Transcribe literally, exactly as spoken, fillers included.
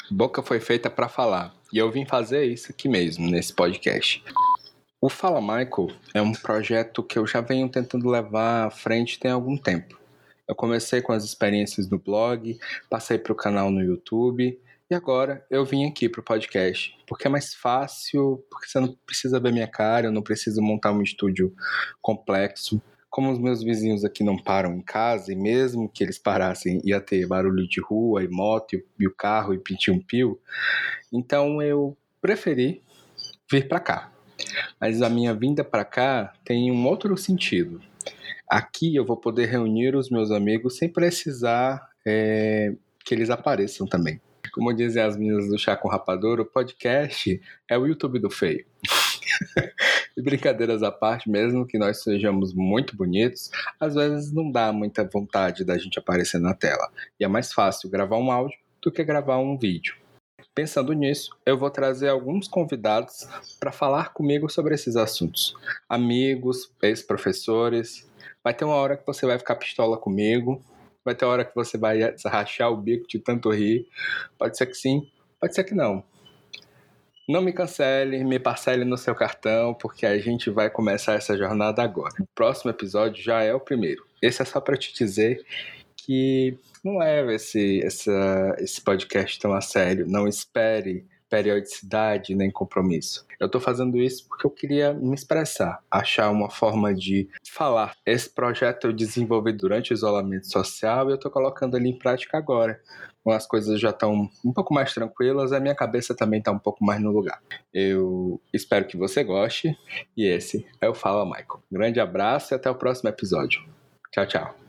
Boca foi feita para falar, e eu vim fazer isso aqui mesmo, nesse podcast. O Fala Michael é um projeto que eu já venho tentando levar à frente tem algum tempo. Eu comecei com as experiências no blog, passei para o canal no YouTube, e agora eu vim aqui para o podcast, porque é mais fácil, porque você não precisa ver minha cara, eu não preciso montar um estúdio complexo. Como os meus vizinhos aqui não param em casa, e mesmo que eles parassem, ia ter barulho de rua e moto, e, e o carro e pitiu-piu, então eu preferi vir para cá. Mas a minha vinda para cá tem um outro sentido. Aqui eu vou poder reunir os meus amigos sem precisar é, que eles apareçam também. Como dizem as meninas do Chá com Rapadura, o podcast é o YouTube do feio. E brincadeiras à parte, mesmo que nós sejamos muito bonitos, às vezes não dá muita vontade da gente aparecer na tela. E é mais fácil gravar um áudio do que gravar um vídeo. Pensando nisso, eu vou trazer alguns convidados para falar comigo sobre esses assuntos. Amigos, ex-professores. Vai ter uma hora que você vai ficar pistola comigo. Vai ter uma hora que você vai rachar o bico de tanto rir. Pode ser que sim, pode ser que não. Não me cancele, me parcele no seu cartão, porque a gente vai começar essa jornada agora. O próximo episódio já é o primeiro. Esse é só para te dizer que não leve esse, essa, esse podcast tão a sério. Não espere periodicidade nem compromisso. Eu tô fazendo isso porque eu queria me expressar, achar uma forma de falar. Esse projeto eu desenvolvi durante o isolamento social e eu tô colocando ele em prática agora. As coisas já estão um pouco mais tranquilas, a minha cabeça também está um pouco mais no lugar. Eu espero que você goste, e esse é o Fala Michael. Grande abraço e até o próximo episódio. Tchau, tchau.